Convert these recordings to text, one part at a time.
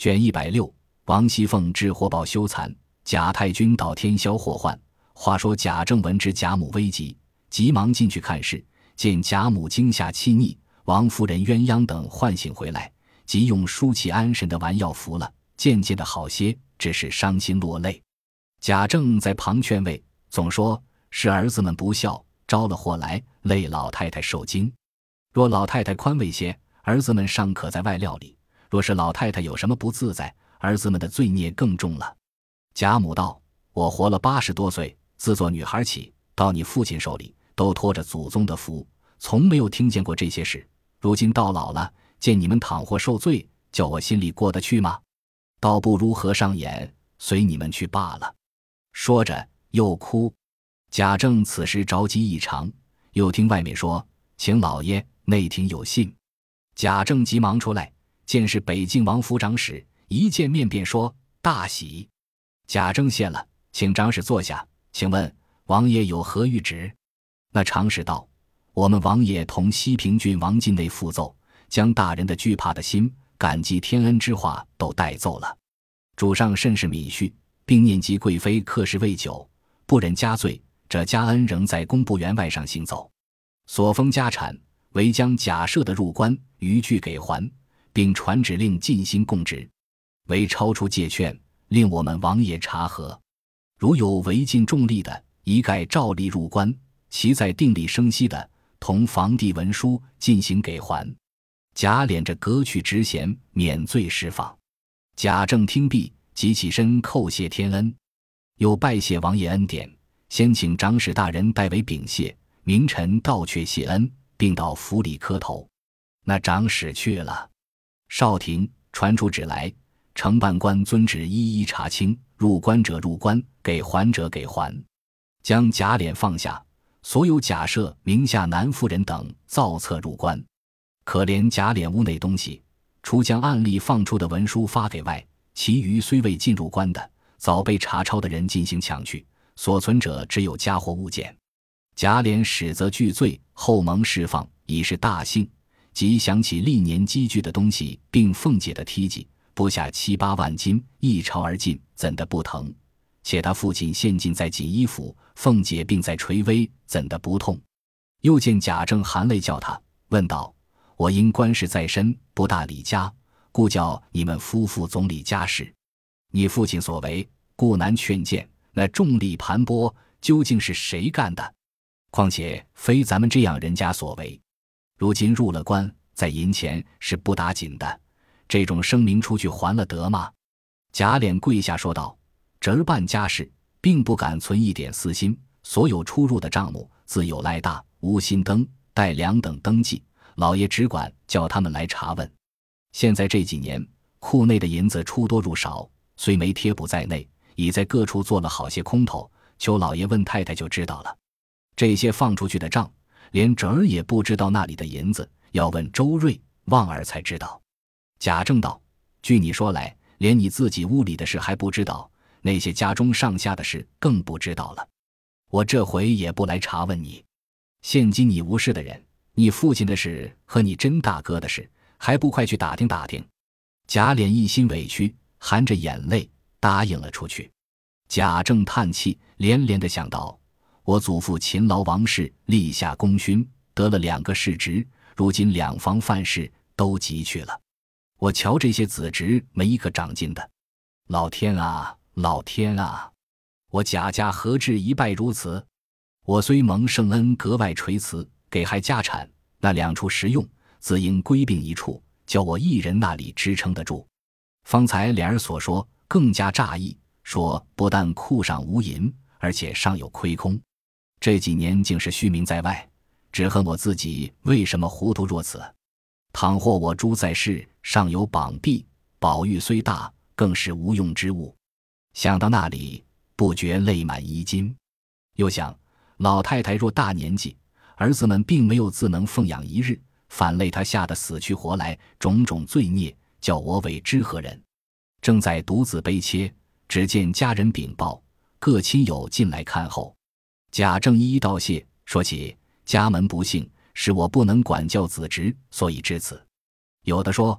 卷160，王熙凤致火宝修残，贾太君到天宵祸患。话说贾政闻知贾母危急，急忙进去看事，见贾母惊吓气逆，王夫人鸳鸯等唤醒回来，即用舒气安神的丸药服了，渐渐的好些，只是伤心落泪。贾政在旁劝慰，总说是儿子们不孝，招了祸来，累老太太受惊。若老太太宽慰些，儿子们尚可在外料理；若是老太太有什么不自在，儿子们的罪孽更重了。贾母道：我活了80多岁，自做女孩起，到你父亲手里，都托着祖宗的福，从没有听见过这些事。如今到老了，见你们倘或受罪，叫我心里过得去吗？倒不如合上眼，随你们去罢了。说着又哭。贾政此时着急异常，又听外面说请老爷，内廷有信。贾政急忙出来，见是北静王府长史，一见面便说大喜。贾政谢了，请长史坐下，请问王爷有何谕旨？那长史道：我们王爷同西平郡王境内复奏，将大人的惧怕的心、感激天恩之话都带奏了。主上甚是敏恤，并念及贵妃克事未久，不忍加罪，这嘉恩仍在工部员外上行走，所封家产唯将假设的入关余据给还，并传旨令尽心供职，唯超出界券，令我们王爷查核。如有违禁重利的，一概照例入关；其在定力生息的，同房地文书进行给还。贾琏着革去职衔，免罪释放。贾政听毕，即起身叩谢天恩，又拜谢王爷恩典，先请长史大人代为禀谢，民臣倒却谢恩，并到府里磕头。那长史去了，少廷传出旨来，承办官遵旨一一查清，入关者入关，给还者给还，将贾琏放下，所有假设名下男妇人等造册入关。可怜贾琏屋内东西，除将案例放出的文书发给外，其余虽未进入关的，早被查抄的人进行抢去，所存者只有家伙物件。贾琏始则惧罪，后蒙释放，已是大幸。即想起历年积聚的东西，并凤姐的梯级不下7、8万斤，一朝而尽，怎的不疼？且他父亲现进在锦衣府，凤姐并在垂危，怎的不痛？又见贾政含泪叫他，问道：我因官事在身，不大理家，故叫你们夫妇总理家事。你父亲所为，故难劝谏，那重力盘剥究竟是谁干的？况且非咱们这样人家所为。如今入了关，在银钱是不打紧的，这种声明出去还了得吗？贾琏跪下说道：侄儿办家事，并不敢存一点私心，所有出入的账目，自有赖大、吴新登、戴良等登记，老爷只管叫他们来查问。现在这几年，库内的银子出多入少，虽没贴补在内，已在各处做了好些空头，求老爷问太太就知道了。这些放出去的账，连侄儿也不知道那里的银子，要问周瑞、旺儿才知道。贾政道：据你说来，连你自己屋里的事还不知道，那些家中上下的事更不知道了。我这回也不来查问你，现今你无事的人，你父亲的事和你甄大哥的事，还不快去打听打听？贾琏一心委屈，含着眼泪答应了出去。贾政叹气，连连地想到，我祖父勤劳王室，立下功勋，得了2个世职，如今2房范事都急去了，我瞧这些子侄没一个长进的。老天啊，老天啊，我贾家何至一败如此？我虽蒙圣恩格外垂慈，给孩家产，那2处实用，自应归并一处，叫我一人那里支撑得住。方才脸儿所说更加诧异，说不但库上无银，而且尚有亏空。这几年竟是虚名在外，只恨我自己为什么糊涂若此。倘或我诸在世，尚有绑臂，宝玉虽大，更是无用之物。想到那里，不觉泪满衣襟。又想老太太若大年纪，儿子们并没有自能奉养一日，反累他吓得死去活来，种种罪孽，叫我委之何人？正在独自悲切，只见家人禀报，各亲友进来看候。贾政一一道谢，说起家门不幸，是我不能管教子侄，所以至此。有的说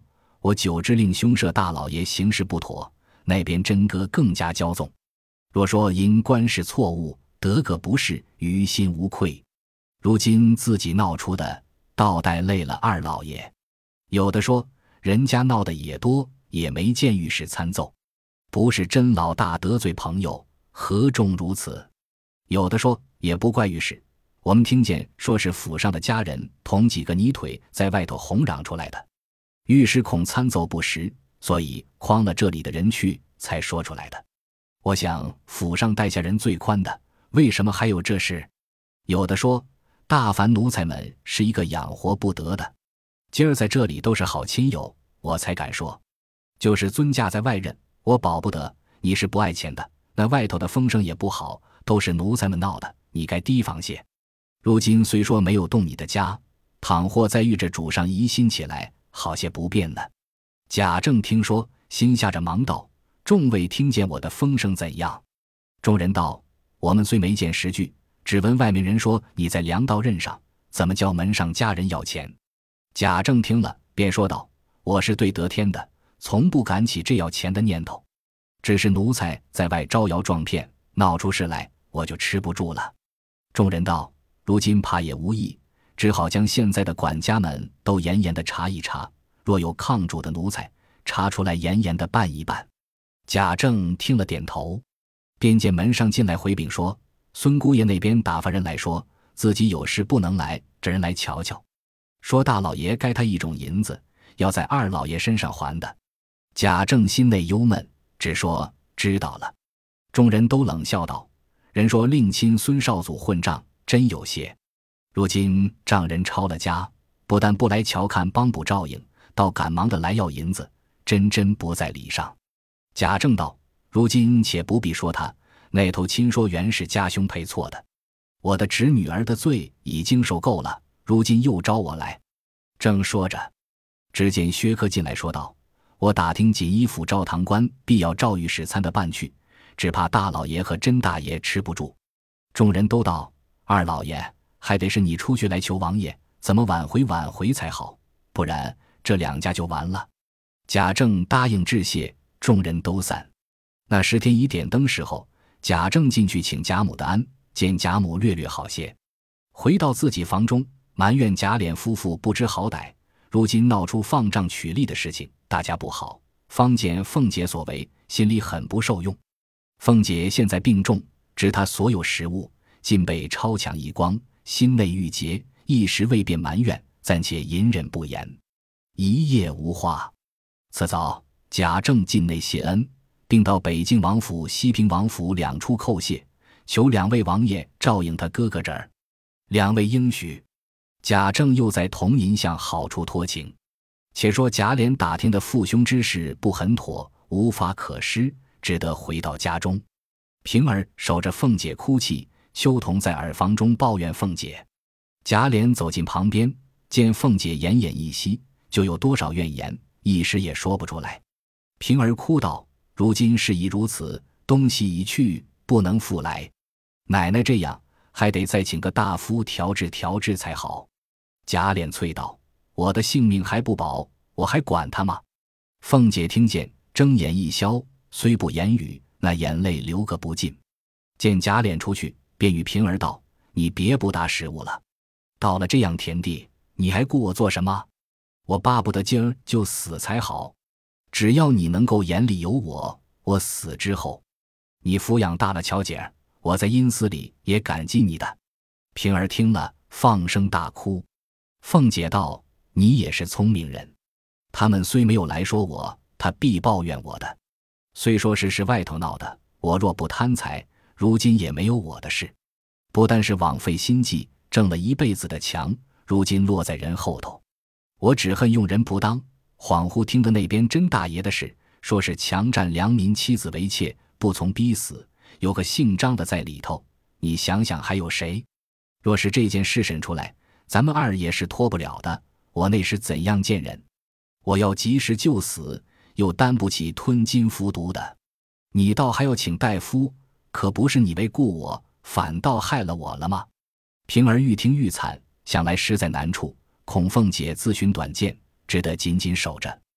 我久之令凶舍大老爷行事不妥，那边真哥更加骄纵。若说因官事错误得个不是，于心无愧。如今自己闹出的，倒带累了二老爷。有的说人家闹得也多，也没见御史参奏，不是真老大得罪朋友，何终如此？有的说也不怪御史，我们听见说是府上的家人同几个泥腿在外头哄嚷出来的，御史恐参奏不实，所以诓了这里的人去才说出来的。我想府上带下人最宽的，为什么还有这事？有的说大凡奴才们是一个养活不得的，今儿在这里都是好亲友，我才敢说。就是尊驾在外任，我保不得，你是不爱钱的，那外头的风声也不好，都是奴才们闹的，你该提防些。如今虽说没有动你的家，倘或再遇着主上疑心起来，好些不便呢。贾政听说，心下着忙道：众位听见我的风声怎样？众人道：我们虽没见实据，只闻外面人说你在粮道任上，怎么叫门上家人要钱？贾政听了，便说道：我是对得天的，从不敢起这要钱的念头，只是奴才在外招摇撞骗，闹出事来，我就吃不住了。众人道：如今怕也无益，只好将现在的管家们都严严的查一查，若有抗主的奴才，查出来严严的办一办。贾政听了点头，便见门上进来回禀说，孙姑爷那边打发人来说，自己有事不能来，这人来瞧瞧，说大老爷该他1种银子，要在二老爷身上还的。贾政心内忧闷，只说知道了。众人都冷笑道：人说令亲孙少祖混账，真有些。如今丈人抄了家，不但不来瞧看帮补照应，倒赶忙的来要银子，真不在理上。贾政道：如今且不必说他，那头亲说原是家兄配错的，我的侄女儿的罪已经受够了，如今又招我来。正说着，只见薛科进来说道：我打听锦衣府赵堂官必要赵御史参的办去，只怕大老爷和甄大爷吃不住。众人都道：二老爷还得是你出去来求王爷，怎么挽回才好，不然这两家就完了。贾政答应致谢，众人都散。那10天已点灯时候，贾政进去请贾母的安，见贾母略好些，回到自己房中，埋怨贾琏夫妇不知好歹，如今闹出放账取利的事情，大家不好。方见凤姐所为，心里很不受用。凤姐现在病重，知她所有食物尽被超抢一光，心内郁结，一时未便埋怨，暂且隐忍不言。一夜无话。次早，贾政进内谢恩，并到北静王府、西平王府2处叩谢，求2位王爷照应他哥哥这儿。2位应许。贾政又在同银巷好处托情。且说贾琏打听的父兄之事不很妥，无法可施，只得回到家中。平儿守着凤姐哭泣，秋桐在耳房中抱怨凤姐。贾琏走进旁边，见凤姐奄奄一息，就有多少怨言，一时也说不出来。平儿哭道：如今事已如此，东西已去，不能复来，奶奶这样还得再请个大夫调治才好。贾琏啐道：我的性命还不保，我还管他吗？凤姐听见，睁眼一消，虽不言语，那眼泪流个不尽。见贾琏出去，便与平儿道：你别不搭食物了，到了这样田地，你还顾我做什么？我巴不得今儿就死才好，只要你能够眼里有我，我死之后，你抚养大了巧姐儿，我在阴司里也感激你的。平儿听了，放声大哭。凤姐道：你也是聪明人，他们虽没有来说我，他必抱怨我的。虽说是外头闹的，我若不贪财，如今也没有我的事。不但是枉费心计，挣了一辈子的强，如今落在人后头。我只恨用人不当，恍惚听得那边甄大爷的事，说是强占良民妻子为妾，不从逼死，有个姓张的在里头。你想想还有谁？若是这件事审出来，咱们二爷是脱不了的，我那时怎样见人？我要及时就死，又担不起吞金服毒的。你倒还要请大夫，可不是你为顾我，反倒害了我了吗？平儿愈听愈惨，想来实在难处，恐凤姐自寻短见，只得紧紧守着。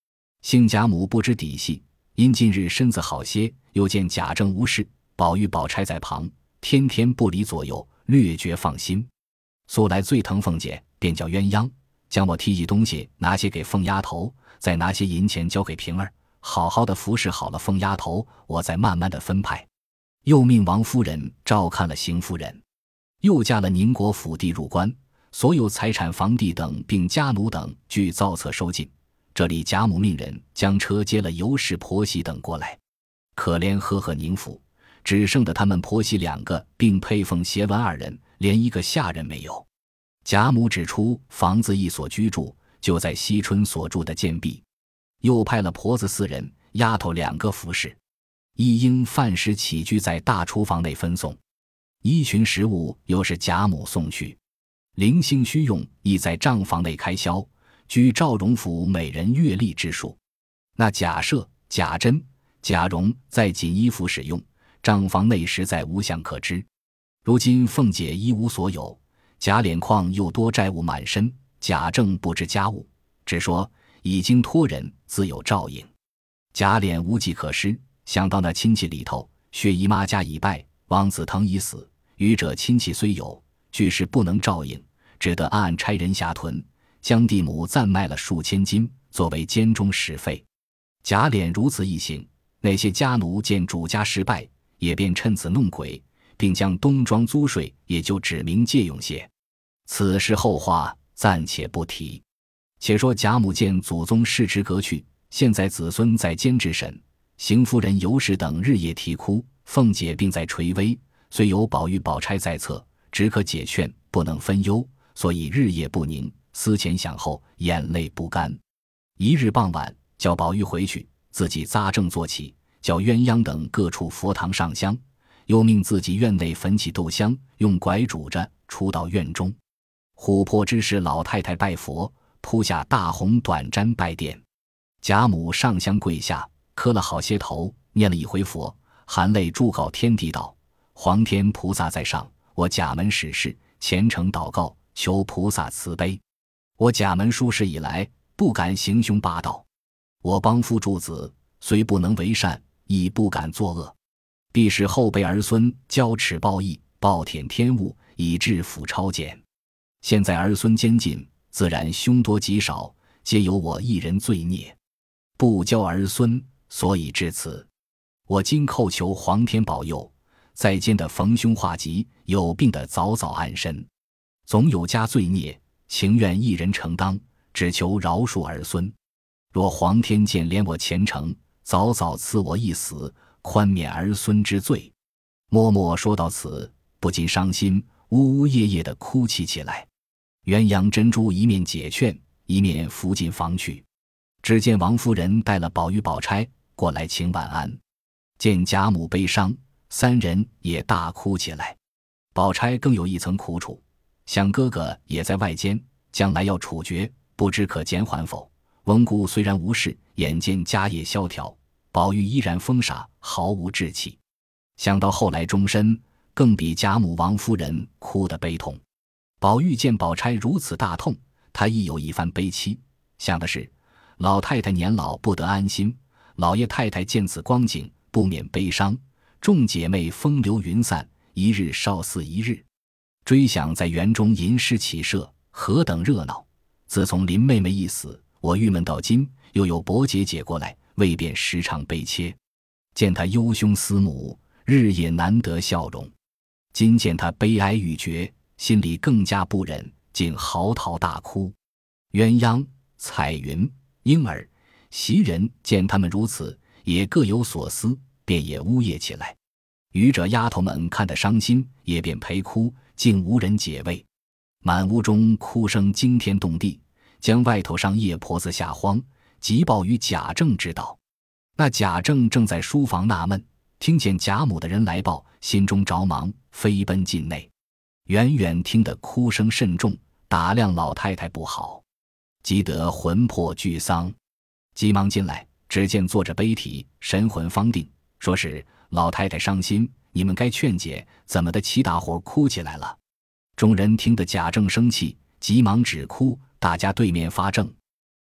幸贾母不知底细，因近日身子好些，又见贾政无事，宝玉宝钗在旁，天天不离左右，略觉放心。素来最疼凤姐，便叫鸳鸯将我提起东西拿些给凤丫头，再拿些银钱交给平儿，好好的服侍好了凤丫头，我再慢慢的分派。又命王夫人照看了邢夫人，又加了宁国府地入关，所有财产房地等并家奴等俱造册收进。这里贾母命人将车接了尤氏婆媳等过来。可怜赫赫宁府只剩的他们婆媳2个，并配凤协鸾2人，连一个下人没有。贾母指出房子一所居住，就在惜春所住的贱婢，又派了婆子4人，丫头2个服侍。一应饭食起居在大厨房内分送，衣裙食物又是贾母送去，零星需用亦在账房内开销，居赵荣府每人月例之数。那贾赦、贾珍、贾蓉在锦衣服使用，账房内实在无相可知。如今凤姐一无所有，贾琏况又多债务满身，贾政不知家务，只说已经托人自有照应。贾琏无计可施，想到那亲戚里头，薛姨妈家已败，王子腾已死，余者亲戚虽有，俱是不能照应，只得暗暗差人下屯，将地亩暂卖了数千金，作为监中使费。贾琏如此一行，那些家奴见主家失败，也便趁此弄鬼，并将东庄租税也就指明借用些。此事后话暂且不提。且说贾母见祖宗世职革去，现在子孙在监治审，邢夫人尤氏等日夜啼哭，凤姐并在垂危，虽有宝玉宝钗在侧，只可解劝，不能分忧，所以日夜不宁，思前想后，眼泪不干。一日傍晚，叫宝玉回去，自己扎正坐起，叫鸳鸯等各处佛堂上香，又命自己院内焚起豆香，用拐拄着出到院中。琥珀之时，老太太拜佛，铺下大红短毡拜殿。贾母上香跪下，磕了好些头，念了一回佛，含泪祝告天地道：皇天菩萨在上，我贾门史事虔诚祷告，求菩萨慈悲。我贾门数世以来，不敢行凶霸道，我帮夫助子，虽不能为善，亦不敢作恶，必使后辈儿孙骄耻报义，暴殄天物，以致府超检。现在儿孙监禁，自然凶多吉少，皆由我一人罪孽，不教儿孙，所以至此。我今叩求皇天保佑，在监的逢凶化吉，有病的早早安身。总有家罪孽，情愿一人承当，只求饶恕儿孙。若皇天见怜我虔诚，早早赐我一死，宽免儿孙之罪。嬷嬷说到此，不禁伤心，呜呜咽咽地哭泣起来。鸳鸯珍珠一面解劝，一面扶进房去。只见王夫人带了宝玉宝钗过来请晚安，见贾母悲伤，3人也大哭起来。宝钗更有一层苦楚，想哥哥也在外间，将来要处决，不知可减缓否。温姑虽然无事，眼见家业萧条，宝玉依然疯傻，毫无志气。想到后来终身，更比贾母王夫人哭得悲痛。宝玉见宝钗如此大痛，他亦有一番悲戚，想的是老太太年老不得安心，老爷太太见此光景，不免悲伤，众姐妹风流云散，一日少似一日。追想在园中吟诗起社，何等热闹！自从林妹妹一死，我郁闷到今，又有伯姐姐过来，未便时常悲切。见她忧兄思母，日夜难得笑容。今见她悲哀欲绝，心里更加不忍，竟嚎啕大哭。鸳鸯、彩云、莺儿、袭人见他们如此，也各有所思，便也呜咽起来。余者丫头们看得伤心，也便陪哭，竟无人解慰。满屋中哭声惊天动地，将外头上叶婆子吓慌，急报于贾政知道。那贾政正在书房纳闷，听见贾母的人来报，心中着忙，飞奔进内。远远听得哭声甚重，打量老太太不好，急得魂魄俱丧，急忙进来，只见坐着悲体，神魂方定，说是老太太伤心，你们该劝解，怎么的齐大伙哭起来了。众人听得贾政生气，急忙止哭，大家对面发怔。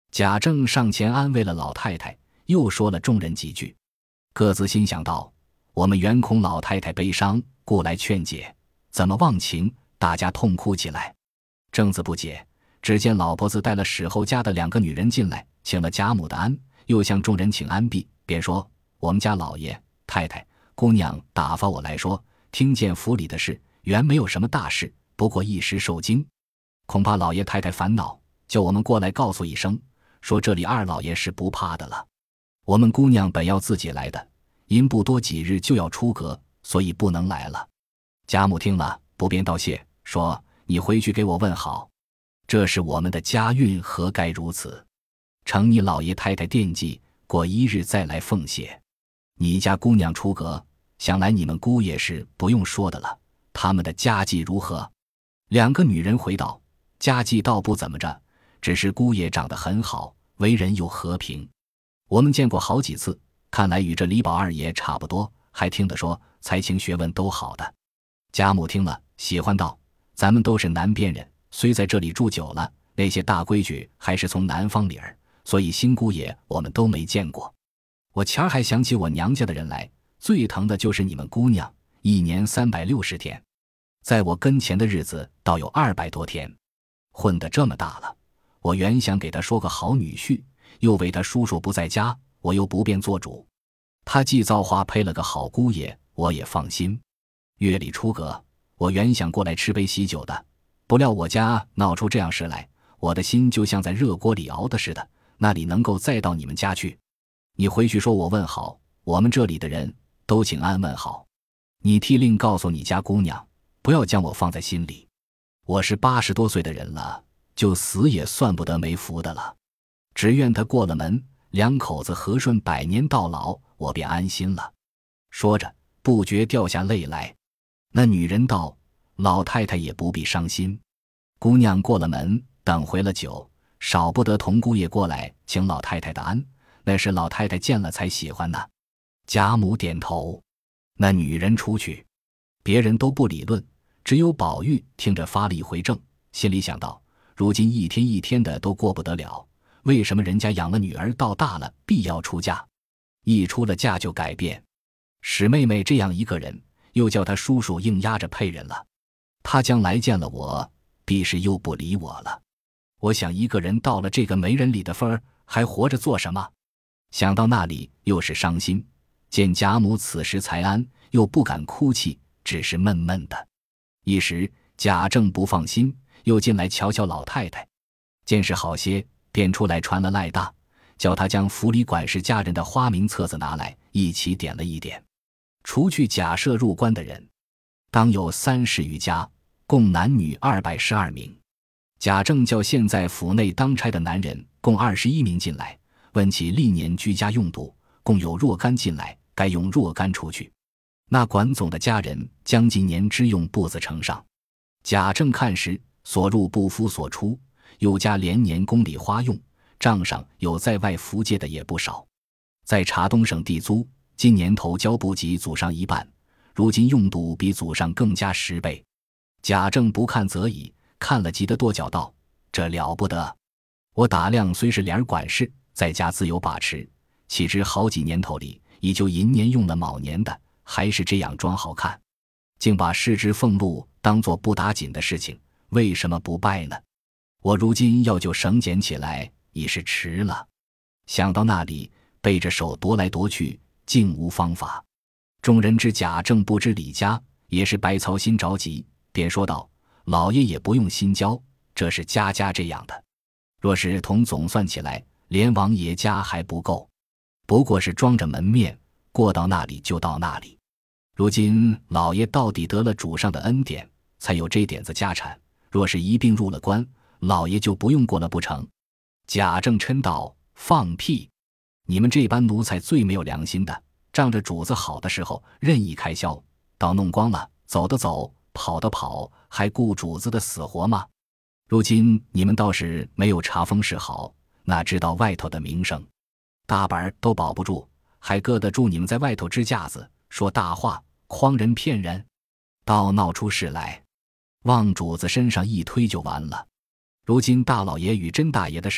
贾政上前安慰了老太太，又说了众人几句，各自心想道：我们原恐老太太悲伤，故来劝解，怎么忘情？大家痛哭起来。正自不解，只见老婆子带了史后家的2个女人进来，请了贾母的安，又向众人请安毕，便说：我们家老爷太太姑娘打发我来说，听见府里的事，原没有什么大事，不过一时受惊，恐怕老爷太太烦恼，叫我们过来告诉一声，说这里二老爷是不怕的了。我们姑娘本要自己来的，因不多几日就要出阁，所以不能来了。贾母听了，不便道谢，说：你回去给我问好，这是我们的家运，何该如此？承你老爷太太惦记，过1日再来奉谢。你家姑娘出阁，想来你们姑爷是不用说的了，他们的家计如何？2个女人回道：家计倒不怎么着，只是姑爷长得很好，为人又和平，我们见过好几次，看来与这李宝二爷差不多，还听得说才情学问都好的。贾母听了，喜欢道：咱们都是南边人，虽在这里住久了，那些大规矩还是从南方里儿，所以新姑爷我们都没见过。我前儿还想起我娘家的人来，最疼的就是你们姑娘，1年360天，在我跟前的日子倒有200多天，混得这么大了，我原想给他说个好女婿，又为他叔叔不在家，我又不便做主，他既造化配了个好姑爷，我也放心。月里出阁，我原想过来吃杯喜酒的，不料我家闹出这样事来，我的心就像在热锅里熬的似的，那里能够再到你们家去？你回去说我问好，我们这里的人都请安问好。你替令告诉你家姑娘，不要将我放在心里。我是80多岁的人了，就死也算不得没福的了。只愿他过了门，2口子和顺100年到老，我便安心了。说着，不觉掉下泪来。那女人道：老太太也不必伤心，姑娘过了门，等回了酒，少不得同姑爷过来请老太太的安，那是老太太见了才喜欢呢。贾母点头。那女人出去，别人都不理论，只有宝玉听着发了一回怔，心里想到：如今一天一天的都过不得了，为什么人家养了女儿到大了必要出嫁？一出了嫁就改变。史妹妹这样一个人，又叫她叔叔硬压着配人了，她将来见了我，必是又不理我了。我想一个人到了这个没人理的份儿，还活着做什么？想到那里又是伤心，见贾母此时才安，又不敢哭泣，只是闷闷的。一时贾政不放心，又进来瞧瞧老太太，见识好些，便出来传了赖大，叫他将府里管事家人的花名册子拿来，一起点了一点。除去假设入关的人，当有30余家，共男女212名。贾政叫现在府内当差的男人共21名进来，问其历年居家用度，共有若干进来，该用若干出去。那管总的家人将近年之用簿子呈上。贾政看时，所入不敷所出，又加连年宫里花用，账上有在外服借的也不少。在查东省地租，今年头交不及祖上1半，如今用度比祖上更加10倍。贾政不看则已，看了急得跺脚道：这了不得！我打量虽是连管事，在家自有把持，岂知好几年头里，已就寅年用了卯年的，还是这样装好看，竟把失之俸禄当作不打紧的事情，为什么不拜呢？我如今要就省俭起来，已是迟了。想到那里，背着手踱来踱去，竟无方法。众人知贾政不知李家，也是白操心着急，便说道：老爷也不用心教，这是家家这样的。若是同总算起来，连王爷家还不够，不过是装着门面，过到那里就到那里。如今老爷到底得了主上的恩典，才有这点子家产，若是一并入了关，老爷就不用过了不成？贾政嗔道：放屁！你们这般奴才最没有良心的，仗着主子好的时候任意开销，到弄光了，走的走，跑的跑，还顾主子的死活吗？如今你们倒是没有查封事好，哪知道外头的名声，大本都保不住，还搁得住你们在外头支架子，说大话，诓人骗人，到闹出事来，往主子身上一推就完了。如今大老爷与甄大爷的事，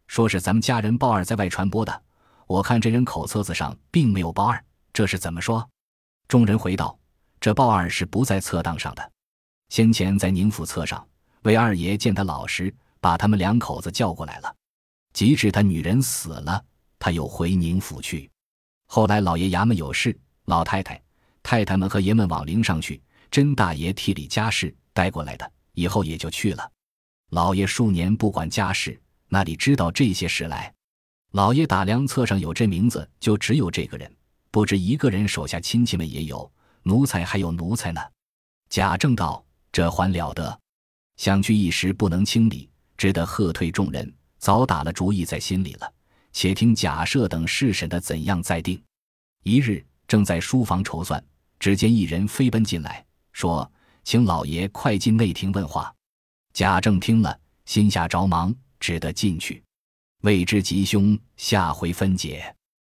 说是咱们家人鲍二在外传播的，我看这人口册子上并没有鲍二，这是怎么说？”众人回道：“这鲍二是不在册当上的。先前在宁府册上，魏二爷见他老实，把他们两口子叫过来了。及至他女人死了，他又回宁府去。后来老爷衙门有事，老太太、太太们和爷们往陵上去，甄大爷替理家事带过来的，以后也就去了。老爷数年不管家事，哪里知道这些事来？老爷打量册上有这名字，就只有这个人，不知一个人手下亲戚们也有，奴才还有奴才呢。”贾政道：“这还了得！想去一时不能清理，只得喝退众人，早打了主意在心里了。且听贾赦等事审的怎样再定。”一日正在书房筹算，只见一人飞奔进来，说：“请老爷快进内廷问话。”贾政听了，心下着忙，只得进去。未知吉凶，下回分解。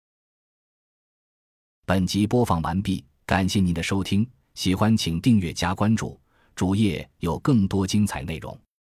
本集播放完毕，感谢您的收听，喜欢请订阅加关注，主页有更多精彩内容。